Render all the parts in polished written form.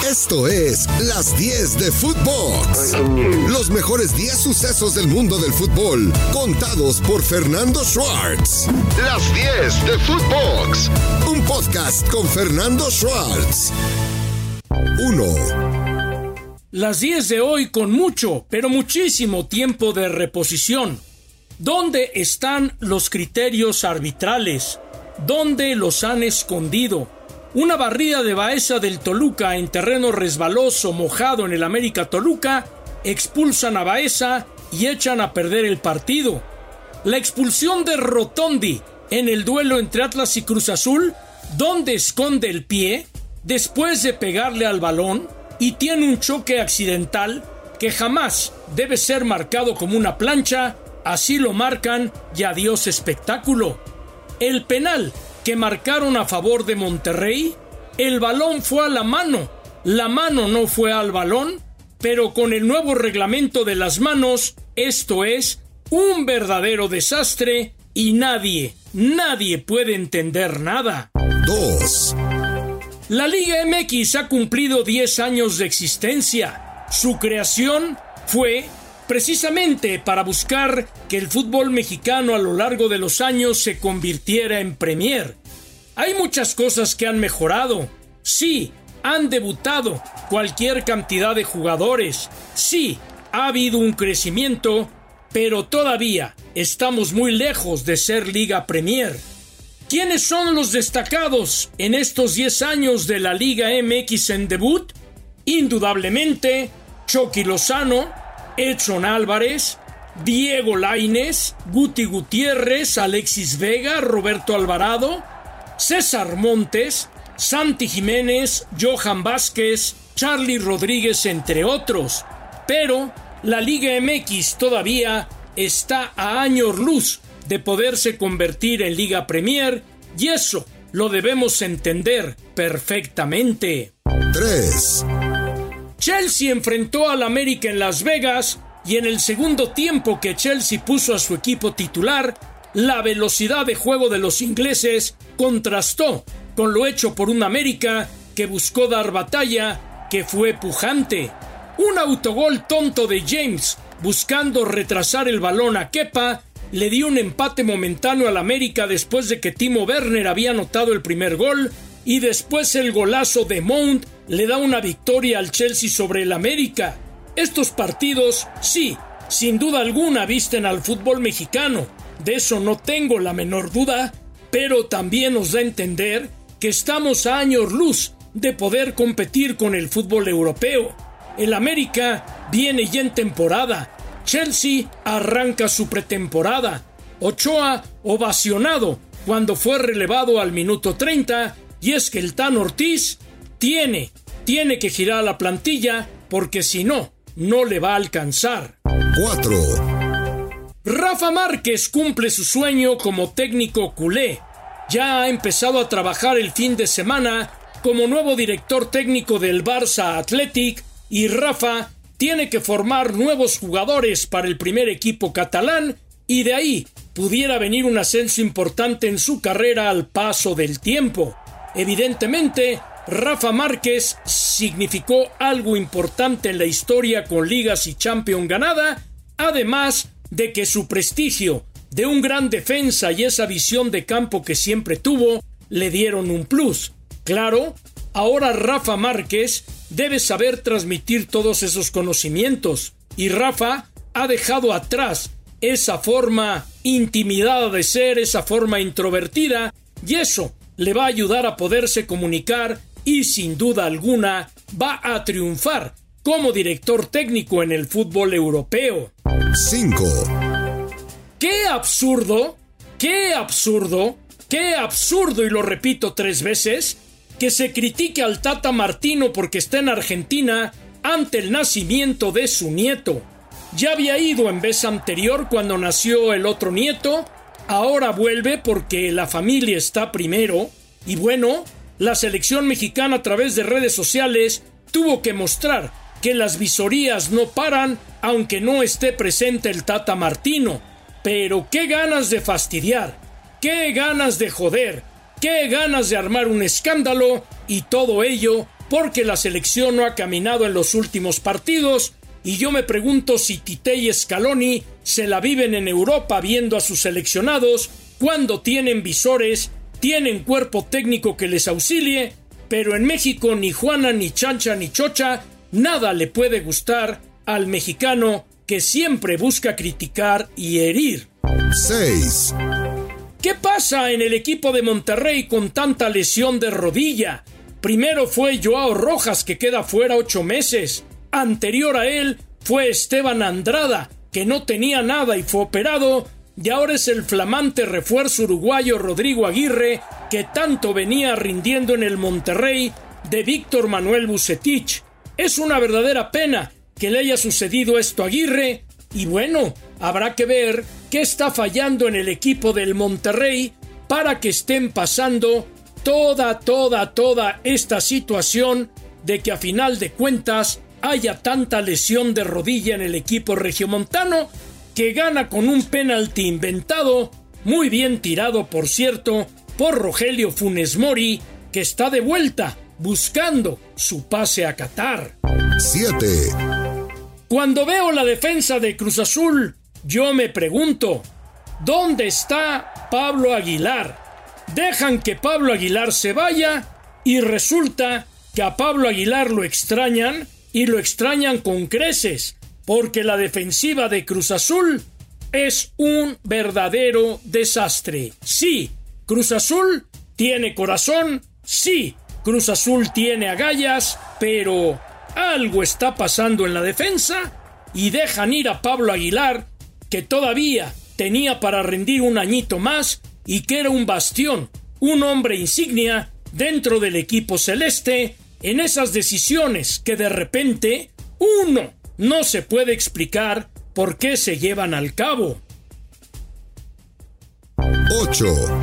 Esto es Las 10 de Footbox. Los mejores 10 sucesos del mundo del fútbol, contados por Fernando Schwartz. Las 10 de Footbox. Un podcast con Fernando Schwartz. 1. Las 10 de hoy con mucho, pero muchísimo tiempo de reposición. ¿Dónde están los criterios arbitrales? ¿Dónde los han escondido? Una barrida de Baeza del Toluca en terreno resbaloso mojado en el América Toluca, expulsan a Baeza y echan a perder el partido. La expulsión de Rotondi en el duelo entre Atlas y Cruz Azul, donde esconde el pie después de pegarle al balón y tiene un choque accidental que jamás debe ser marcado como una plancha, así lo marcan y adiós espectáculo. El penal que marcaron a favor de Monterrey, el balón fue a la mano no fue al balón, pero con el nuevo reglamento de las manos, esto es un verdadero desastre y nadie puede entender nada. 2. La Liga MX ha cumplido 10 años de existencia. Su creación fue precisamente para buscar que el fútbol mexicano a lo largo de los años se convirtiera en Premier. Hay muchas cosas que han mejorado. Sí, han debutado cualquier cantidad de jugadores. Sí, ha habido un crecimiento, pero todavía estamos muy lejos de ser Liga Premier. ¿Quiénes son los destacados en estos 10 años de la Liga MX en debut? Indudablemente, Chucky Lozano, Edson Álvarez, Diego Lainez, Guti Gutiérrez, Alexis Vega, Roberto Alvarado, César Montes, Santi Jiménez, Johan Vázquez, Charly Rodríguez, entre otros. Pero la Liga MX todavía está a años luz de poderse convertir en Liga Premier, y eso lo debemos entender perfectamente. 3. Chelsea enfrentó al América en Las Vegas y en el segundo tiempo que Chelsea puso a su equipo titular, la velocidad de juego de los ingleses contrastó con lo hecho por un América que buscó dar batalla, que fue pujante. Un autogol tonto de James buscando retrasar el balón a Kepa le dio un empate momentáneo al América después de que Timo Werner había anotado el primer gol, y después el golazo de Mount le da una victoria al Chelsea sobre el América. Estos partidos, sí, sin duda alguna visten al fútbol mexicano, de eso no tengo la menor duda, pero también nos da a entender que estamos a años luz de poder competir con el fútbol europeo. El América viene ya en temporada, Chelsea arranca su pretemporada, Ochoa ovacionado cuando fue relevado al minuto 30, y es que el Tan Ortiz tiene que girar la plantilla porque si no le va a alcanzar. 4. Rafa Márquez cumple su sueño como técnico culé. Ya ha empezado a trabajar el fin de semana como nuevo director técnico del Barça Athletic, y Rafa tiene que formar nuevos jugadores para el primer equipo catalán, y de ahí pudiera venir un ascenso importante en su carrera al paso del tiempo. Evidentemente, Rafa Márquez significó algo importante en la historia con ligas y Champions ganada, además de que su prestigio de un gran defensa y esa visión de campo que siempre tuvo le dieron un plus. Claro, ahora Rafa Márquez debe saber transmitir todos esos conocimientos, y Rafa ha dejado atrás esa forma intimidada de ser, esa forma introvertida, y eso le va a ayudar a poderse comunicar y sin duda alguna va a triunfar como director técnico en el fútbol europeo. 5. ¡Qué absurdo! ¡Qué absurdo! ¡Qué absurdo! Y lo repito 3 veces, que se critique al Tata Martino porque está en Argentina ante el nacimiento de su nieto. Ya había ido en vez anterior cuando nació el otro nieto, ahora vuelve porque la familia está primero, y bueno, la selección mexicana a través de redes sociales tuvo que mostrar que las visorías no paran aunque no esté presente el Tata Martino. Pero qué ganas de fastidiar, qué ganas de joder, qué ganas de armar un escándalo, y todo ello porque la selección no ha caminado en los últimos partidos, y yo me pregunto si Tite y Scaloni se la viven en Europa viendo a sus seleccionados cuando tienen visores, tienen cuerpo técnico que les auxilie, pero en México ni Juana, ni Chancha, ni Chocha, nada le puede gustar al mexicano que siempre busca criticar y herir. 6. ¿Qué pasa en el equipo de Monterrey con tanta lesión de rodilla? Primero fue Joao Rojas, que queda fuera 8 meses. Anterior a él fue Esteban Andrada, que no tenía nada y fue operado. Y ahora es el flamante refuerzo uruguayo Rodrigo Aguirre, que tanto venía rindiendo en el Monterrey de Víctor Manuel Vucetich. Es una verdadera pena que le haya sucedido esto a Aguirre. Y bueno, habrá que ver qué está fallando en el equipo del Monterrey para que estén pasando toda esta situación de que a final de cuentas haya tanta lesión de rodilla en el equipo regiomontano, que gana con un penalti inventado, muy bien tirado por cierto, por Rogelio Funes Mori, que está de vuelta buscando su pase a Qatar. 7. Cuando veo la defensa de Cruz Azul, yo me pregunto, ¿dónde está Pablo Aguilar? Dejan que Pablo Aguilar se vaya y resulta que a Pablo Aguilar lo extrañan, y lo extrañan con creces, porque la defensiva de Cruz Azul es un verdadero desastre. Sí, Cruz Azul tiene corazón, sí, Cruz Azul tiene agallas, pero algo está pasando en la defensa y dejan ir a Pablo Aguilar, que todavía tenía para rendir un añito más y que era un bastión, un hombre insignia dentro del equipo celeste, en esas decisiones que de repente uno no se puede explicar por qué se llevan al cabo. 8.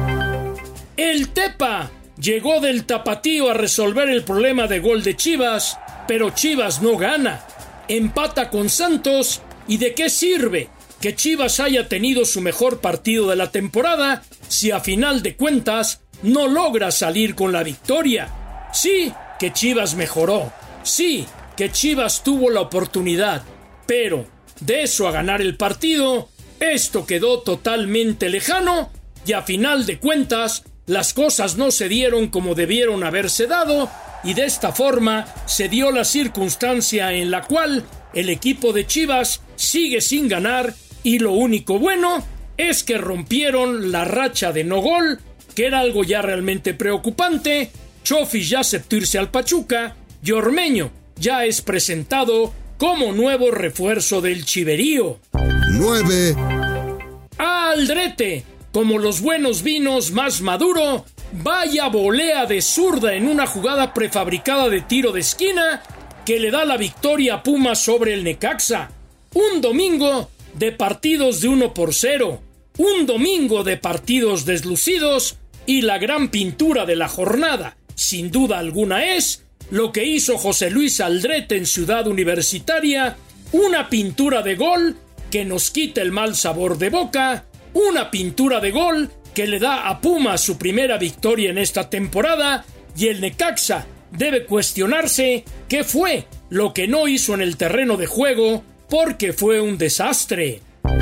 El Tepa llegó del Tapatío a resolver el problema de gol de Chivas, pero Chivas no gana. Empata con Santos, ¿y de qué sirve que Chivas haya tenido su mejor partido de la temporada si a final de cuentas no logra salir con la victoria? Sí, que Chivas mejoró, sí, que Chivas tuvo la oportunidad, pero de eso a ganar el partido, esto quedó totalmente lejano y a final de cuentas las cosas no se dieron como debieron haberse dado, y de esta forma se dio la circunstancia en la cual el equipo de Chivas sigue sin ganar, y lo único bueno es que rompieron la racha de no gol, que era algo ya realmente preocupante. Chofis ya aceptó irse al Pachuca y Ormeño ya es presentado como nuevo refuerzo del Chiverío. 9. Aldrete, como los buenos vinos, más maduro, vaya volea de zurda en una jugada prefabricada de tiro de esquina que le da la victoria a Pumas sobre el Necaxa. Un domingo de partidos de 1-0, un domingo de partidos deslucidos, y la gran pintura de la jornada, sin duda alguna, es lo que hizo José Luis Aldrete en Ciudad Universitaria, una pintura de gol que nos quita el mal sabor de boca, una pintura de gol que le da a Pumas su primera victoria en esta temporada, y el Necaxa debe cuestionarse qué fue lo que no hizo en el terreno de juego, porque fue un desastre.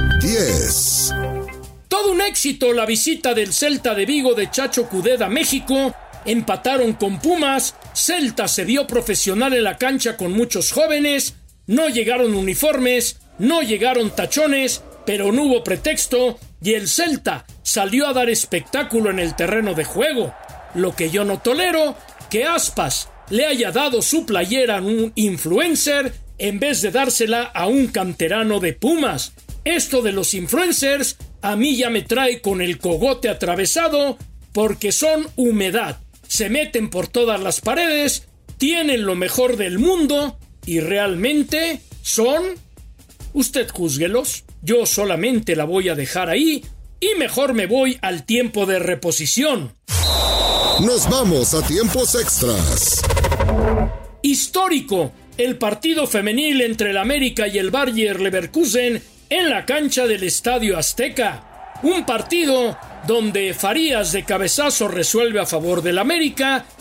10. Todo un éxito la visita del Celta de Vigo de Chacho Coudet a México. Empataron con Pumas, Celta se vio profesional en la cancha con muchos jóvenes, no llegaron uniformes, no llegaron tachones, pero no hubo pretexto y el Celta salió a dar espectáculo en el terreno de juego. Lo que yo no tolero, que Aspas le haya dado su playera a un influencer en vez de dársela a un canterano de Pumas. Esto de los influencers a mí ya me trae con el cogote atravesado, porque son humedad, se meten por todas las paredes, tienen lo mejor del mundo y realmente son... Usted júzguelos, yo solamente la voy a dejar ahí y mejor me voy al tiempo de reposición. Nos vamos a tiempos extras. Histórico, el partido femenil entre el América y el Bayer Leverkusen en la cancha del Estadio Azteca. Un partido donde Farías de cabezazo resuelve a favor del América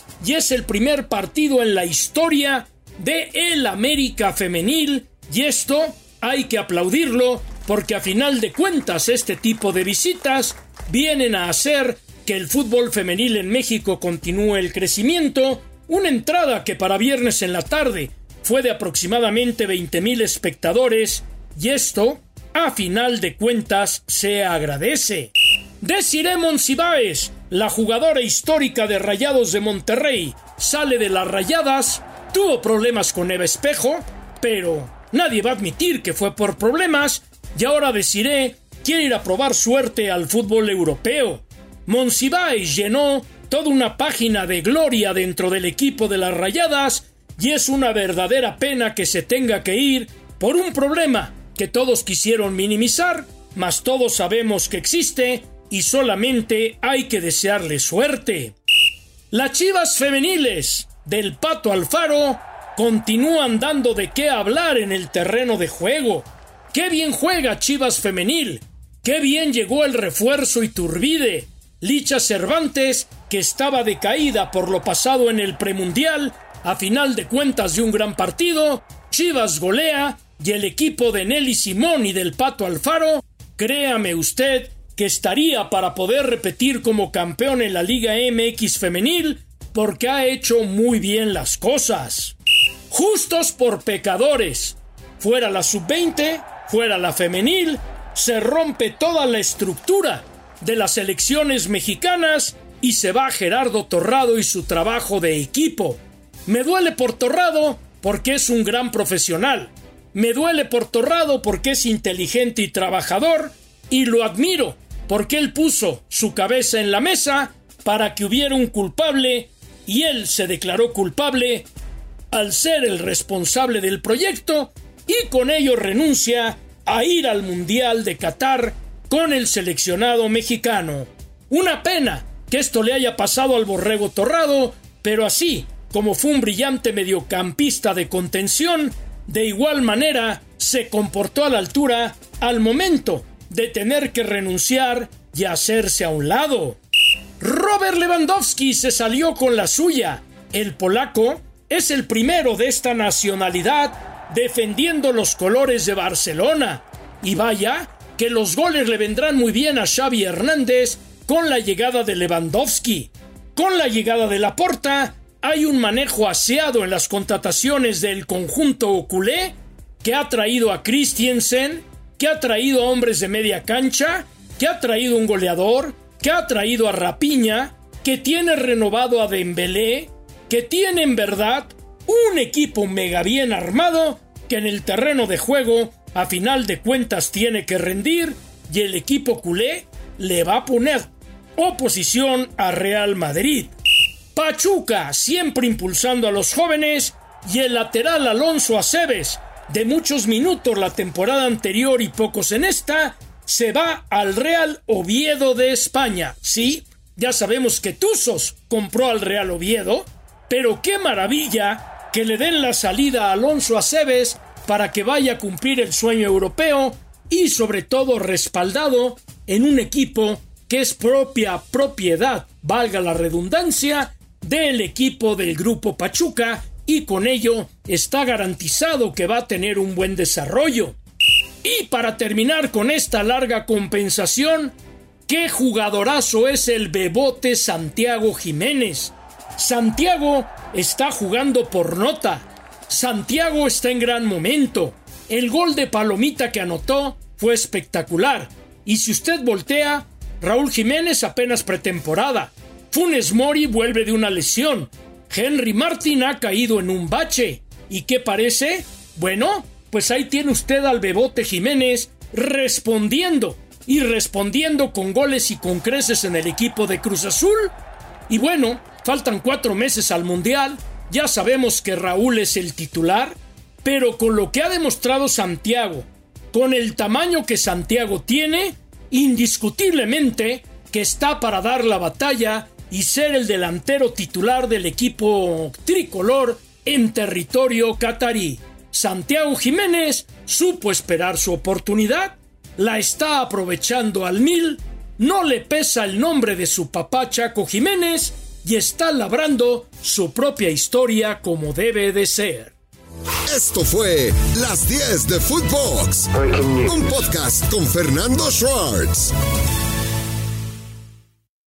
y es el primer partido en la historia de el América femenil, y esto hay que aplaudirlo porque a final de cuentas este tipo de visitas vienen a hacer que el fútbol femenil en México continúe el crecimiento. Una entrada que para viernes en la tarde fue de aproximadamente 20,000 espectadores, y esto a final de cuentas se agradece. Desirée Monsiváis, la jugadora histórica de Rayados de Monterrey, sale de las Rayadas, tuvo problemas con Eva Espejo, pero nadie va a admitir que fue por problemas, y ahora Desirée quiere ir a probar suerte al fútbol europeo. Monsiváis llenó toda una página de gloria dentro del equipo de las Rayadas, y es una verdadera pena que se tenga que ir por un problema que todos quisieron minimizar, mas todos sabemos que existe y solamente hay que desearle suerte. Las Chivas femeniles del Pato Alfaro continúan dando de qué hablar en el terreno de juego. ¡Qué bien juega Chivas femenil! ¡Qué bien llegó el refuerzo Iturbide! Licha Cervantes, que estaba decaída por lo pasado en el premundial, a final de cuentas de un gran partido, Chivas golea, y el equipo de Nelly Simón y del Pato Alfaro, créame usted que estaría para poder repetir como campeón en la Liga MX femenil, porque ha hecho muy bien las cosas. Justos por pecadores. Fuera la sub-20, fuera la femenil, se rompe toda la estructura de las selecciones mexicanas y se va Gerardo Torrado y su trabajo de equipo. Me duele por Torrado porque es un gran profesional. Me duele por Torrado porque es inteligente y trabajador, y lo admiro porque él puso su cabeza en la mesa para que hubiera un culpable, y él se declaró culpable al ser el responsable del proyecto, y con ello renuncia a ir al Mundial de Qatar con el seleccionado mexicano. Una pena que esto le haya pasado al Borrego Torrado, pero así como fue un brillante mediocampista de contención, de igual manera se comportó a la altura al momento de tener que renunciar y hacerse a un lado. Robert Lewandowski se salió con la suya. El polaco es el primero de esta nacionalidad defendiendo los colores de Barcelona. Y vaya que los goles le vendrán muy bien a Xavi Hernández con la llegada de Lewandowski. Con la llegada de Laporta hay un manejo aseado en las contrataciones del conjunto culé, que ha traído a Christensen, que ha traído a hombres de media cancha, que ha traído un goleador, que ha traído a Rapiña, que tiene renovado a Dembélé, que tiene en verdad un equipo mega bien armado que en el terreno de juego a final de cuentas tiene que rendir, y el equipo culé le va a poner oposición a Real Madrid. Pachuca siempre impulsando a los jóvenes, y el lateral Alonso Aceves, de muchos minutos la temporada anterior y pocos en esta, se va al Real Oviedo de España. Sí, ya sabemos que Tuzos compró al Real Oviedo, pero qué maravilla que le den la salida a Alonso Aceves para que vaya a cumplir el sueño europeo, y sobre todo respaldado en un equipo que es propia propiedad, valga la redundancia, del equipo del Grupo Pachuca, y con ello está garantizado que va a tener un buen desarrollo. Y para terminar con esta larga compensación, ¡qué jugadorazo es el bebote Santiago Jiménez! Santiago está jugando por nota. Santiago está en gran momento. El gol de palomita que anotó fue espectacular. Y si usted voltea, Raúl Jiménez apenas pretemporada. Funes Mori vuelve de una lesión. Henry Martin ha caído en un bache. ¿Y qué parece? Bueno, pues ahí tiene usted al bebote Jiménez respondiendo. Y respondiendo con goles y con creces en el equipo de Cruz Azul. Y bueno, faltan 4 meses al Mundial. Ya sabemos que Raúl es el titular. Pero con lo que ha demostrado Santiago, con el tamaño que Santiago tiene, indiscutiblemente que está para dar la batalla y ser el delantero titular del equipo tricolor en territorio catarí. Santiago Jiménez supo esperar su oportunidad, la está aprovechando al 1000, no le pesa el nombre de su papá Chaco Jiménez, y está labrando su propia historia como debe de ser. Esto fue Las 10 de Footbox, un podcast con Fernando Schwartz.